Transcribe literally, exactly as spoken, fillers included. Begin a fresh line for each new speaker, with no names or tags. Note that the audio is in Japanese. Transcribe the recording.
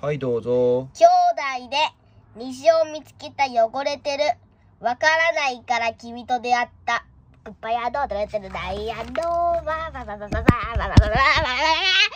はいどうぞ。
兄弟で西を見つけた汚れてる。わからないから君と出会った。グッバイアドートレてるダイアンドーバーバーバーバーバーバーバーバーバーバー